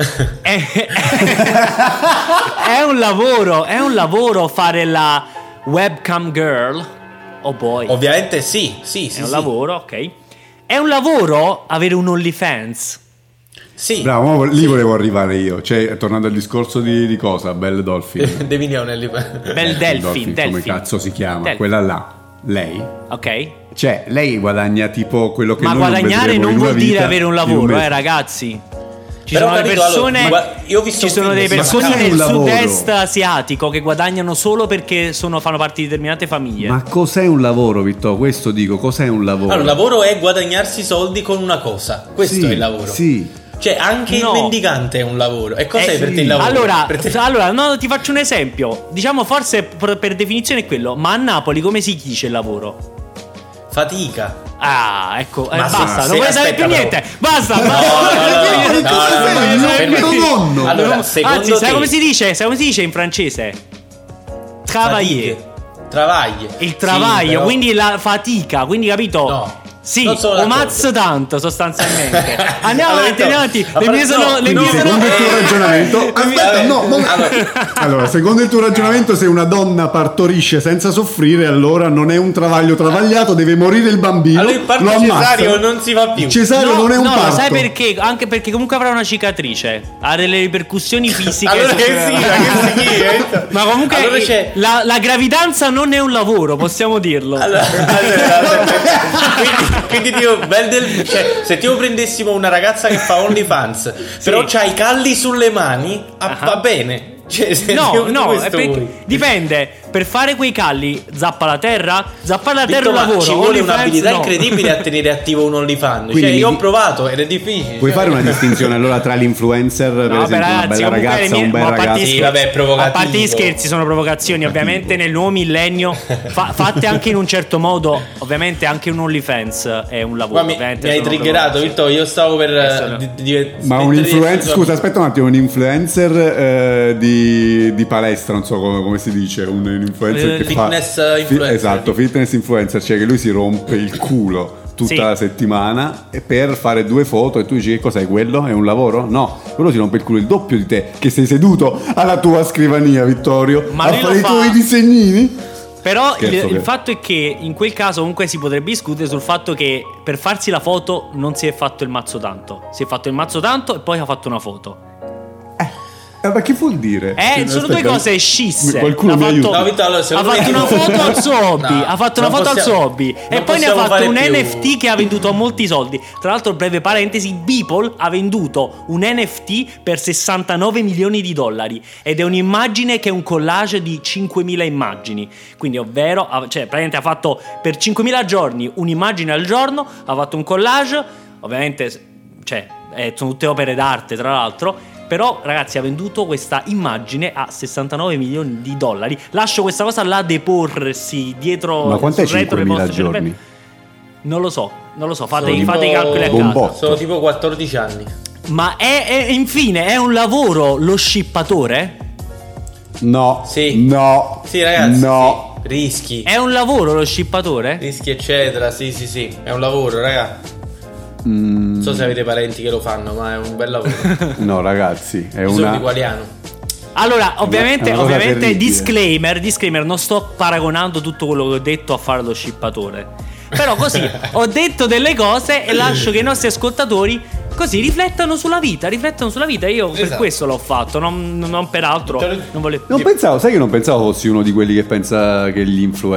Speaker 2: È un lavoro fare la webcam girl. Oh boy.
Speaker 1: Ovviamente sì.
Speaker 2: È un lavoro, ok. È un lavoro avere un OnlyFans.
Speaker 3: Sì. Bravo, lì volevo arrivare io. Cioè, tornando al discorso di cosa? Belle Dolphin.
Speaker 1: De Milione.
Speaker 2: Belle Delphin.
Speaker 3: Come cazzo si chiama? Quella là. Lei.
Speaker 2: Ok.
Speaker 3: Cioè, lei guadagna tipo quello che
Speaker 2: ma
Speaker 3: noi
Speaker 2: guadagnare non vuol dire avere un lavoro, ragazzi. Ci
Speaker 1: però
Speaker 2: sono persone,
Speaker 1: io ho visto
Speaker 2: delle persone nel sud-est asiatico che guadagnano solo perché fanno parte di determinate famiglie.
Speaker 3: Ma cos'è un lavoro, Vittorio? Questo dico, cos'è un lavoro?
Speaker 1: Allora, il lavoro è guadagnarsi soldi con una cosa. Questo è il lavoro.
Speaker 3: Sì.
Speaker 1: Cioè, anche il mendicante è un lavoro. E cos'è per te il lavoro?
Speaker 2: Allora, ti faccio un esempio. Diciamo, forse per definizione è quello. Ma a Napoli come si dice il lavoro?
Speaker 1: Fatica.
Speaker 2: Ah, ecco,
Speaker 1: ma
Speaker 2: basta, non vuoi sapere più niente. Basta.
Speaker 1: No. Allora,
Speaker 2: anzi, sai come si dice? Sai come si dice in francese? Travailler. Il travaglio, quindi la fatica, quindi capito?
Speaker 1: No.
Speaker 2: Sì, o mazzo tanto sostanzialmente. Andiamo avanti. Le mie sono
Speaker 3: secondo il tuo ragionamento. Allora, secondo il tuo ragionamento, se una donna partorisce senza soffrire, allora non è un travaglio travagliato, deve morire il bambino.
Speaker 1: Allora il parto cesareo non si fa più.
Speaker 3: Il cesareo non è un parto.
Speaker 2: No, sai perché? Anche perché comunque avrà una cicatrice, ha delle ripercussioni fisiche.
Speaker 1: Allora che
Speaker 2: ma comunque allora la gravidanza non è un lavoro, possiamo dirlo.
Speaker 1: Quindi cioè, se io prendessimo una ragazza che fa OnlyFans, però c'ha i calli sulle mani, va bene. Cioè,
Speaker 2: dipende. Per fare quei calli, zappa la terra è un lavoro.
Speaker 1: Ci vuole un'abilità incredibile a tenere attivo un OnlyFans. Cioè, io ho provato ed è difficile.
Speaker 4: Puoi fare una distinzione allora tra l'influencer, per esempio, una bella ragazza, un bel ragazzo?
Speaker 2: Sì, vabbè, a parte gli scherzi, sono provocazioni. Ovviamente nel nuovo millennio, fatte anche in un certo modo. Ovviamente anche un OnlyFans è un lavoro.
Speaker 1: Mi hai triggerato, Vittorio. Io stavo per
Speaker 4: ma un influencer, scusa, aspetta un attimo, un influencer di palestra, non so come si dice, un influencer che
Speaker 1: fitness
Speaker 4: fa
Speaker 1: influencer.
Speaker 4: Esatto, fitness influencer, cioè che lui si rompe il culo tutta la settimana e per fare 2 foto e tu dici che cos'è quello? È un lavoro? No, quello si rompe il culo il doppio di te che sei seduto alla tua scrivania, Vittorio, a fare i tuoi disegnini.
Speaker 2: Però il fatto è che in quel caso comunque si potrebbe discutere sul fatto che per farsi la foto non si è fatto il mazzo tanto. Si è fatto il mazzo tanto e poi ha fatto una foto.
Speaker 4: Ma che vuol dire?
Speaker 2: Sono due cose scisse.
Speaker 4: Qualcuno mi aiuta.
Speaker 1: No, Vittorio,
Speaker 2: ha fatto una foto al suo hobby. Ha fatto una foto al suo hobby. E poi ne ha fatto un NFT che ha venduto a molti soldi. Tra l'altro, breve parentesi, Beeple ha venduto un NFT per $69 milioni. Ed è un'immagine che è un collage di 5.000 immagini. Quindi, ovvero, cioè, praticamente ha fatto per 5.000 giorni un'immagine al giorno. Ha fatto un collage. Ovviamente, cioè, sono tutte opere d'arte, tra l'altro. Però ragazzi ha venduto questa immagine a $69 milioni. Lascio questa cosa là deporsi dietro.
Speaker 4: Ma quant'è 5.000 giorni?
Speaker 2: Non lo so, fate i calcoli a casa.
Speaker 1: Sono tipo 14 anni.
Speaker 2: Ma infine è un lavoro lo scippatore?
Speaker 4: No.
Speaker 1: Sì.
Speaker 4: No.
Speaker 1: Sì ragazzi.
Speaker 4: No.
Speaker 1: Sì. Rischi.
Speaker 2: È un lavoro lo scippatore?
Speaker 1: Rischi eccetera. Sì. È un lavoro, ragazzi. Non so se avete parenti che lo fanno, ma è un bel lavoro.
Speaker 4: No, ragazzi, è
Speaker 1: una. Di Qualiano.
Speaker 2: Allora, ovviamente disclaimer, non sto paragonando tutto quello che ho detto a fare lo scippatore. Però così ho detto delle cose e lascio che i nostri ascoltatori così riflettano sulla vita. Io per questo l'ho fatto, non per altro. Non volevo.
Speaker 4: Sai che non pensavo fossi uno di quelli che pensa che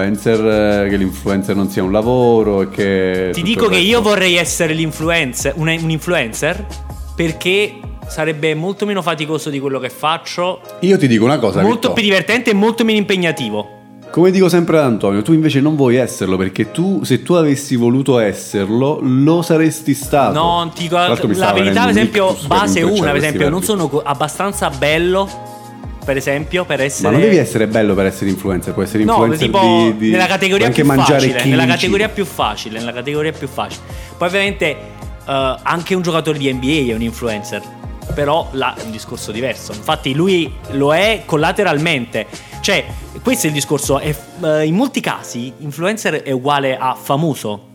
Speaker 4: l'influencer non sia un lavoro e che.
Speaker 2: Ti dico che io vorrei essere un influencer perché sarebbe molto meno faticoso di quello che faccio.
Speaker 4: Io ti dico una cosa,
Speaker 2: molto più divertente e molto meno impegnativo.
Speaker 4: Come dico sempre ad Antonio, tu invece non vuoi esserlo perché se tu avessi voluto esserlo lo saresti stato.
Speaker 2: No, ti dico la verità, per esempio, base 1, per esempio, non sono abbastanza bello, per esempio, per essere.
Speaker 4: Ma non devi essere bello per essere influencer, puoi essere influencer di
Speaker 2: nella categoria
Speaker 4: anche
Speaker 2: più
Speaker 4: mangiare
Speaker 2: facile, nella categoria più facile. Poi ovviamente anche un giocatore di NBA è un influencer. Però là è un discorso diverso. Infatti lui lo è collateralmente. Cioè, questo è il discorso. In molti casi influencer è uguale a famoso.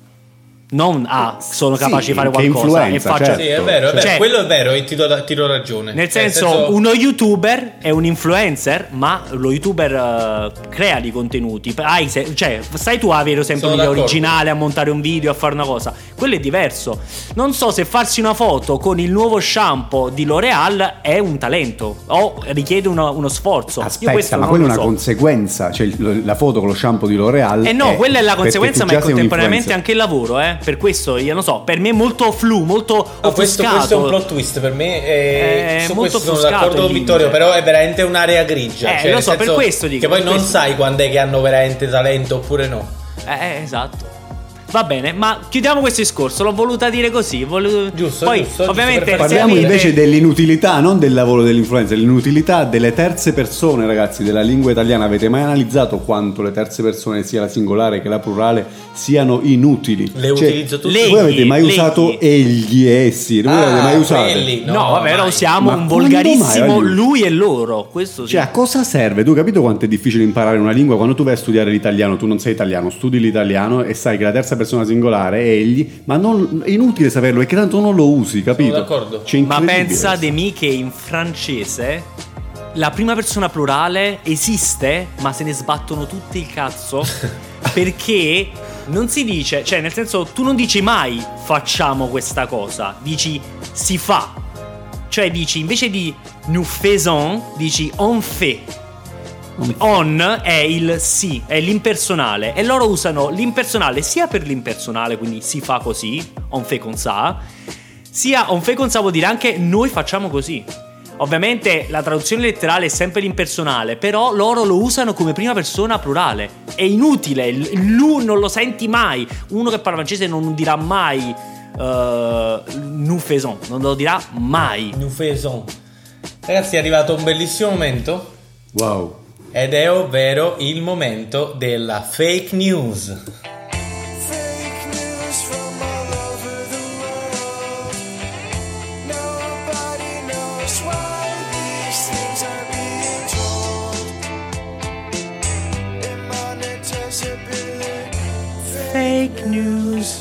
Speaker 2: Non sono capace di fare qualcosa e faccio.
Speaker 1: Certo. Sì, è vero, cioè, quello è vero e ti do ragione.
Speaker 2: Nel senso, uno youtuber è un influencer, ma lo youtuber crea di contenuti. Cioè, stai tu a avere sempre un'idea originale, a montare un video, a fare una cosa. Quello è diverso. Non so se farsi una foto con il nuovo shampoo di L'Oreal è un talento o richiede uno sforzo.
Speaker 4: Aspetta, ma quella è una conseguenza. Cioè, la foto con lo shampoo di L'Oreal.
Speaker 2: No, quella è la conseguenza, ma è contemporaneamente anche il lavoro, Per questo io non so, per me è molto molto offuscato.
Speaker 1: Questo è un plot twist per me. Su questo sono d'accordo con Vittorio, però è veramente un'area grigia.
Speaker 2: Lo so, per questo dico.
Speaker 1: Che poi non sai quando è che hanno veramente talento oppure no.
Speaker 2: Esatto. Va bene, ma chiudiamo questo discorso. L'ho voluta dire così.
Speaker 1: Giusto.
Speaker 2: Poi,
Speaker 1: giusto,
Speaker 2: ovviamente,
Speaker 4: parliamo invece dell'inutilità, non del lavoro dell'influencer, l'inutilità delle terze persone, ragazzi, della lingua italiana. Avete mai analizzato quanto le terze persone, sia la singolare che la plurale, siano inutili?
Speaker 1: Le utilizzo tutte.
Speaker 4: Voi avete mai usato egli, essi? Voi avete mai usato?
Speaker 2: No, vabbè, lo usiamo un volgarissimo lui e loro. Questo sì.
Speaker 4: Cioè, a cosa serve? Tu hai capito quanto è difficile imparare una lingua? Quando tu vai a studiare l'italiano, tu non sei italiano, studi l'italiano e sai che la terza persona singolare è egli, ma è inutile saperlo perché tanto non lo usi, capito?
Speaker 1: Sono d'accordo.
Speaker 2: Ma pensa di me che in francese la prima persona plurale esiste, ma se ne sbattono tutti il cazzo perché non si dice, cioè nel senso, tu non dici mai facciamo questa cosa, dici si fa. Cioè dici, invece di nous faisons, dici on fait. On è il sì, è l'impersonale, e loro usano l'impersonale sia per l'impersonale, quindi si fa così, on fait comme ça, sia on fait comme ça vuol dire anche noi facciamo così. ovviamente la traduzione letterale è sempre l'impersonale, però loro lo usano come prima persona plurale. È inutile, lui non lo senti mai. Uno che parla francese non dirà mai nous faisons, non lo dirà mai.
Speaker 1: Nous faisons. Ragazzi, è arrivato un bellissimo momento.
Speaker 3: Wow.
Speaker 1: Ed è ovvero il momento della fake news.
Speaker 2: Fake news.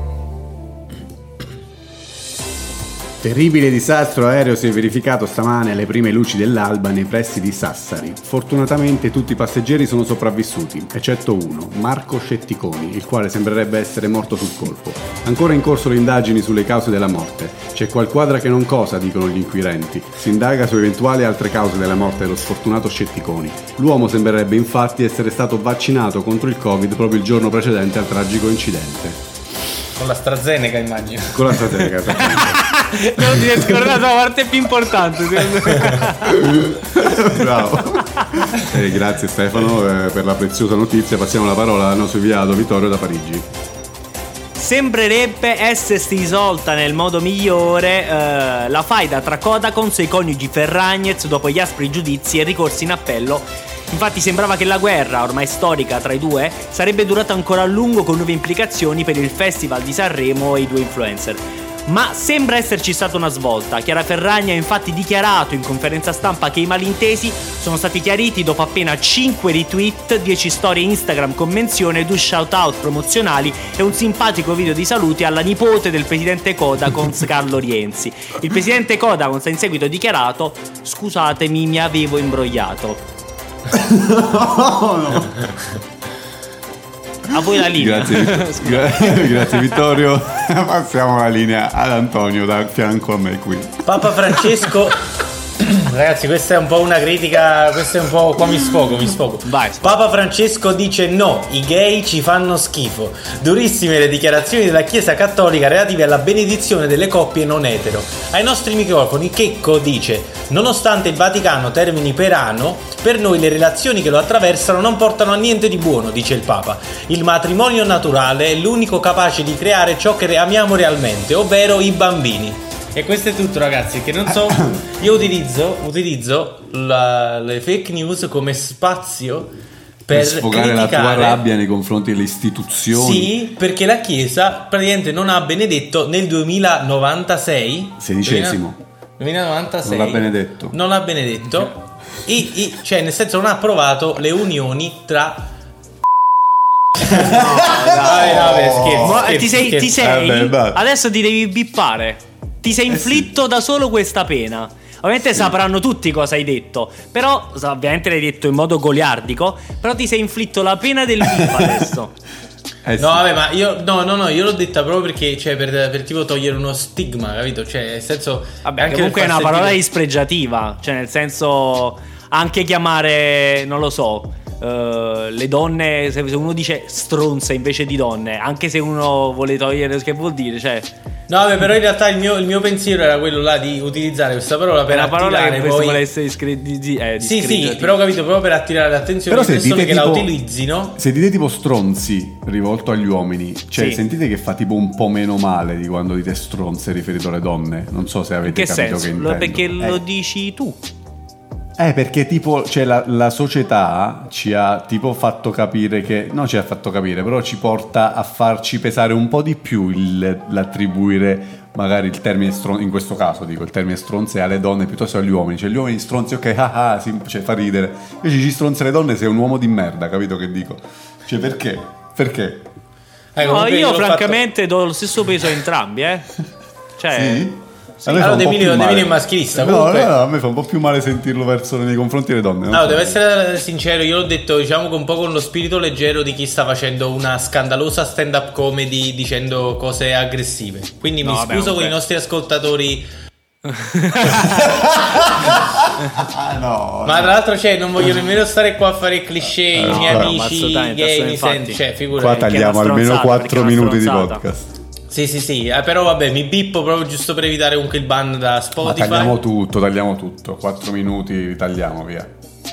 Speaker 3: Terribile disastro aereo si è verificato stamane alle prime luci dell'alba nei pressi di Sassari. Fortunatamente tutti i passeggeri sono sopravvissuti, eccetto uno, Marco Scetticoni, il quale sembrerebbe essere morto sul colpo. Ancora in corso le indagini sulle cause della morte. C'è qualquadra che non cosa, dicono gli inquirenti. Si indaga su eventuali altre cause della morte dello sfortunato Scetticoni. L'uomo sembrerebbe infatti essere stato vaccinato contro il Covid proprio il giorno precedente al tragico incidente.
Speaker 1: Con l'AstraZeneca, immagino.
Speaker 3: Con l'AstraZeneca, esattamente.
Speaker 2: Non ti è scordato la parte più importante.
Speaker 3: Bravo. Grazie Stefano per la preziosa notizia. Passiamo la parola al nostro inviato Vittorio da Parigi.
Speaker 2: Sembrerebbe essersi risolta nel modo migliore la faida tra Codacons e i coniugi Ferragnez dopo gli aspri giudizi e ricorsi in appello. Infatti sembrava che la guerra, ormai storica tra i due, sarebbe durata ancora a lungo con nuove implicazioni per il Festival di Sanremo e i due influencer. Ma sembra esserci stata una svolta. Chiara Ferragni ha infatti dichiarato in conferenza stampa che i malintesi sono stati chiariti dopo appena 5 retweet, 10 storie Instagram con menzione, 2 shout-out promozionali e un simpatico video di saluti alla nipote del presidente Codacons, Carlo Rienzi. Il presidente Codacons ha in seguito dichiarato: scusatemi, mi avevo imbrogliato.
Speaker 3: No.
Speaker 2: A voi la linea.
Speaker 3: Grazie Vittorio. Passiamo la linea ad Antonio da fianco a me qui.
Speaker 1: Papa Francesco. Ragazzi, questa è un po' una critica. Questa è un po'. Qua mi sfogo.
Speaker 2: Vai.
Speaker 1: Papa Francesco dice no, i gay ci fanno schifo. Durissime le dichiarazioni della Chiesa Cattolica relative alla benedizione delle coppie non etero. Ai nostri microfoni Checco dice: nonostante il Vaticano termini per ano, per noi le relazioni che lo attraversano non portano a niente di buono, dice il Papa. Il matrimonio naturale è l'unico capace di creare ciò che amiamo realmente, ovvero i bambini. E questo è tutto, ragazzi, che non so, io utilizzo le fake news come spazio per
Speaker 3: sfogare
Speaker 1: criticare
Speaker 3: la tua rabbia nei confronti delle istituzioni.
Speaker 1: Sì, perché la Chiesa praticamente non ha benedetto nel 2096
Speaker 3: sedicesimo
Speaker 1: 2096
Speaker 3: non l'ha benedetto
Speaker 1: cioè nel senso non ha approvato le unioni tra
Speaker 2: ti sei adesso ti devi bippare. Ti sei inflitto da solo questa pena. Ovviamente sapranno tutti cosa hai detto, però ovviamente l'hai detto in modo goliardico, però ti sei inflitto la pena del bip adesso.
Speaker 1: No, vabbè, ma io io l'ho detta proprio perché, cioè, per tipo togliere uno stigma, capito? Cioè, nel senso,
Speaker 2: vabbè, anche comunque è una parola dispregiativa, cioè nel senso anche chiamare, non lo so, le donne, se uno dice stronze invece di donne, anche se uno vuole togliere, che vuol dire, cioè.
Speaker 1: No, vabbè, però in realtà il mio pensiero era quello là di utilizzare questa parola per attirare
Speaker 2: parola che
Speaker 1: poi
Speaker 2: vuole essere
Speaker 1: sì, però ho capito, proprio per attirare l'attenzione delle persone che la utilizzino.
Speaker 3: Se dite tipo stronzi rivolto agli uomini, cioè sentite che fa tipo un po' meno male di quando dite stronze riferito alle donne. Non so se avete capito che intendo.
Speaker 2: Perché lo dici tu.
Speaker 3: Perché tipo, cioè la società ci ha tipo fatto capire che, non ci ha fatto capire, però ci porta a farci pesare un po' di più l'attribuire magari il termine stronzo, in questo caso dico il termine stronze alle donne piuttosto che agli uomini. Cioè gli uomini stronzi, ok, cioè fa ridere, invece ci stronze le donne sei un uomo di merda, capito che dico? Cioè perché?
Speaker 2: No, io francamente do lo stesso peso a entrambi, cioè
Speaker 1: sì? Allora Emilio è maschilista.
Speaker 3: No, a me fa un po' più male sentirlo verso nei confronti delle donne.
Speaker 1: No, devo essere sincero, io l'ho detto, diciamo, un po' con lo spirito leggero di chi sta facendo una scandalosa stand-up comedy dicendo cose aggressive. Quindi mi scuso con i nostri ascoltatori.
Speaker 3: No,
Speaker 1: ma tra l'altro, cioè, non voglio nemmeno stare qua a fare cliché. I miei amici gay mi sentono, cioè, figurati.
Speaker 3: Qua tagliamo almeno 4 minuti di podcast.
Speaker 1: Sì, però vabbè, mi bippo proprio giusto per evitare comunque il ban da Spotify.
Speaker 4: Ma tagliamo tutto, 4 minuti tagliamo via.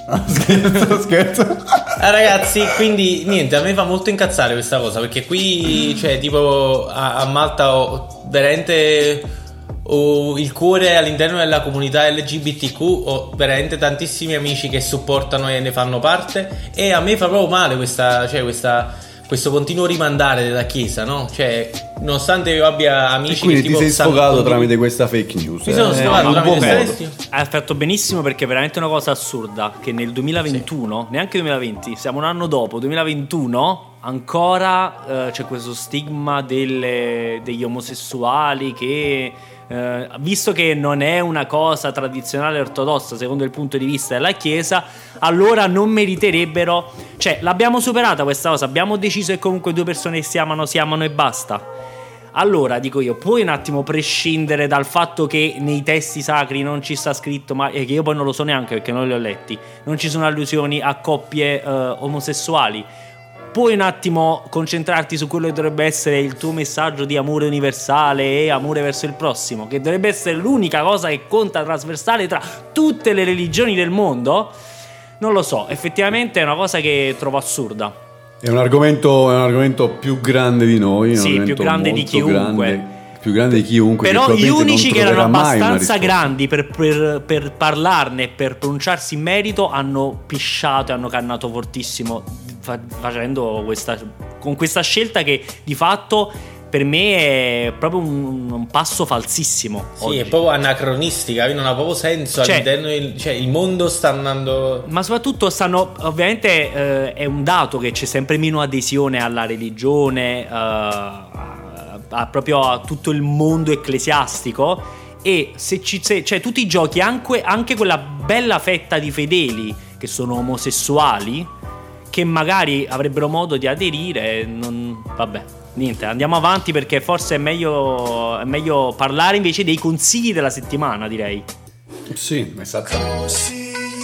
Speaker 4: Scherzo.
Speaker 1: Ragazzi, quindi niente, a me fa molto incazzare questa cosa, perché qui, cioè, tipo a Malta ho veramente il cuore all'interno della comunità LGBTQ, ho veramente tantissimi amici che supportano e ne fanno parte, e a me fa proprio male questo continuo rimandare della Chiesa, no? Cioè, nonostante io abbia amici
Speaker 4: quindi
Speaker 1: che tipo
Speaker 4: ti sei
Speaker 1: sanno
Speaker 4: sfogato tramite questa fake news.
Speaker 1: Mi sono sfogato tramite questa fake news.
Speaker 2: Hai fatto benissimo, perché è veramente una cosa assurda che nel 2021, neanche 2020, siamo un anno dopo, 2021, ancora c'è questo stigma degli omosessuali che... visto che non è una cosa tradizionale ortodossa secondo il punto di vista della Chiesa, allora non meriterebbero, cioè l'abbiamo superata questa cosa, abbiamo deciso che comunque due persone si amano e basta. Allora dico io, puoi un attimo prescindere dal fatto che nei testi sacri non ci sta scritto, ma che io poi non lo so neanche perché non li ho letti, non ci sono allusioni a coppie omosessuali. Puoi un attimo concentrarti su quello che dovrebbe essere il tuo messaggio di amore universale e amore verso il prossimo, che dovrebbe essere l'unica cosa che conta trasversale tra tutte le religioni del mondo? Non lo so, effettivamente è una cosa che trovo assurda.
Speaker 4: È un argomento più grande di noi,
Speaker 2: sì, più grande di chiunque.
Speaker 4: Più grande di chiunque.
Speaker 2: Però gli unici che erano abbastanza grandi per parlarne, per pronunciarsi in merito, hanno pisciato e hanno cannato fortissimo facendo con questa scelta che di fatto per me è proprio un passo falsissimo.
Speaker 1: Sì,
Speaker 2: oggi.
Speaker 1: È proprio anacronistica, non ha proprio senso, all'interno il mondo sta andando...
Speaker 2: Ma soprattutto ovviamente è un dato che c'è sempre meno adesione alla religione, proprio a tutto il mondo ecclesiastico, e cioè tutti i giochi, anche quella bella fetta di fedeli che sono omosessuali, che magari avrebbero modo di aderire, vabbè, niente, andiamo avanti, perché forse è meglio parlare invece dei consigli della settimana, direi.
Speaker 4: Sì, esattamente.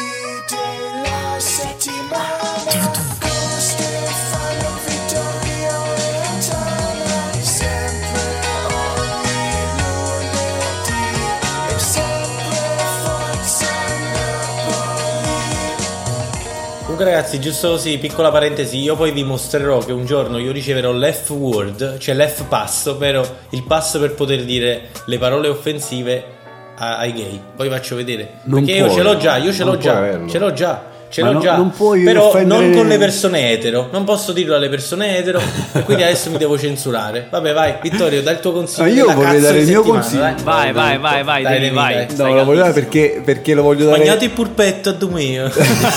Speaker 1: Ragazzi, giusto così, piccola parentesi, io poi vi mostrerò che un giorno io riceverò l'F word, cioè l'F pass, ovvero il pass per poter dire le parole offensive ai gay. Poi faccio vedere, perché io ce l'ho già, non puoi, però non con le persone etero, non posso dirlo alle persone etero e quindi adesso mi devo censurare. Vabbè, vai Vittorio, dai il tuo consiglio.
Speaker 4: Io vorrei dare il mio consiglio.
Speaker 2: Vai.
Speaker 4: No, lo voglio dare perché lo voglio dare.
Speaker 1: Bagnate il purpetto a Dumio.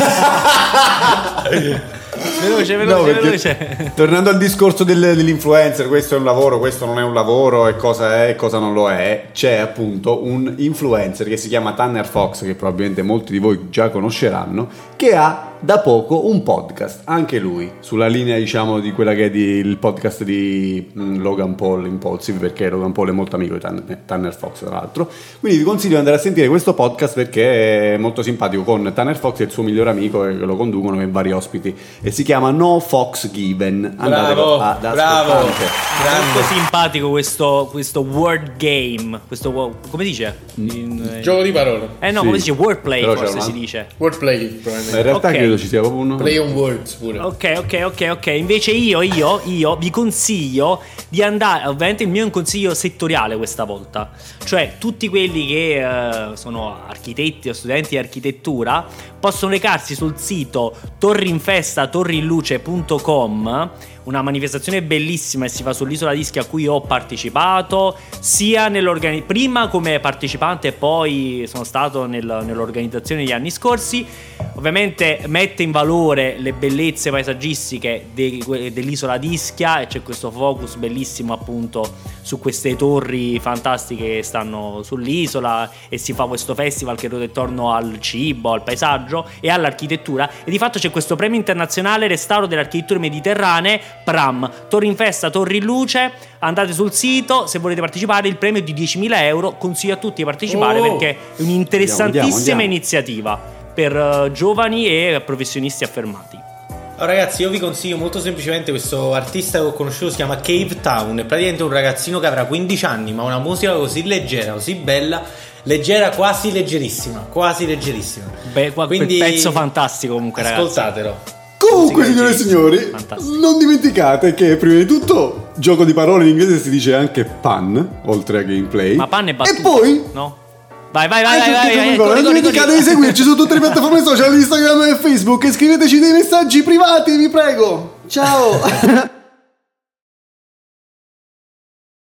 Speaker 2: Veloce.
Speaker 4: Tornando al discorso dell'influencer, questo è un lavoro, questo non è un lavoro, e cosa è e cosa non lo è. C'è appunto un influencer che si chiama Tanner Fox, che probabilmente molti di voi già conosceranno, che ha da poco un podcast, anche lui, sulla linea diciamo di quella che è il podcast di Logan Paul Impulsive, perché Logan Paul è molto amico di Tanner Fox tra l'altro, quindi vi consiglio di andare a sentire questo podcast perché è molto simpatico, con Tanner Fox e il suo migliore amico che lo conducono, e vari ospiti, e si chiama No Fox Given.
Speaker 1: Bravo,
Speaker 2: molto simpatico questo word game, questo come dice?
Speaker 1: Gioco di parole.
Speaker 2: No,
Speaker 4: sì.
Speaker 2: Come si dice? Wordplay,
Speaker 4: però
Speaker 2: forse si dice.
Speaker 1: Wordplay, probabilmente.
Speaker 4: In realtà credo ci sia proprio uno.
Speaker 1: Play on words pure.
Speaker 2: Ok. Invece io vi consiglio di andare, ovviamente il mio è un consiglio settoriale questa volta, cioè tutti quelli che sono architetti o studenti di architettura possono recarsi sul sito torrinluce.com, una manifestazione bellissima che si fa sull'isola d'Ischia a cui ho partecipato, sia prima come partecipante e poi sono stato nell'organizzazione negli anni scorsi. Ovviamente mette in valore le bellezze paesaggistiche dell'isola d'Ischia, e c'è questo focus bellissimo appunto su queste torri fantastiche che stanno sull'isola, e si fa questo festival che ruota attorno al cibo, al paesaggio e all'architettura, e di fatto c'è questo premio internazionale restauro delle architetture mediterranee, PRAM, Torri in Festa, Torri in Luce. Andate sul sito se volete partecipare, il premio è di 10.000 euro, consiglio a tutti di partecipare perché è un'interessantissima iniziativa per giovani e professionisti affermati.
Speaker 1: Ragazzi, io vi consiglio molto semplicemente questo artista che ho conosciuto, si chiama Cave Town. È praticamente un ragazzino che avrà 15 anni, ma una musica così leggera, così bella, leggera, quasi leggerissima.
Speaker 2: Beh,
Speaker 1: quindi
Speaker 2: pezzo fantastico comunque, ragazzi.
Speaker 1: Ascoltatelo.
Speaker 4: Comunque, signore e signori, non dimenticate che prima di tutto gioco di parole in inglese si dice anche pan, oltre a gameplay.
Speaker 2: Ma pan è battuta.
Speaker 4: E poi
Speaker 2: no? Vai,
Speaker 4: non dimenticate di seguirci su tutte le piattaforme social, Instagram e Facebook, e scriveteci dei messaggi privati, vi prego. Ciao.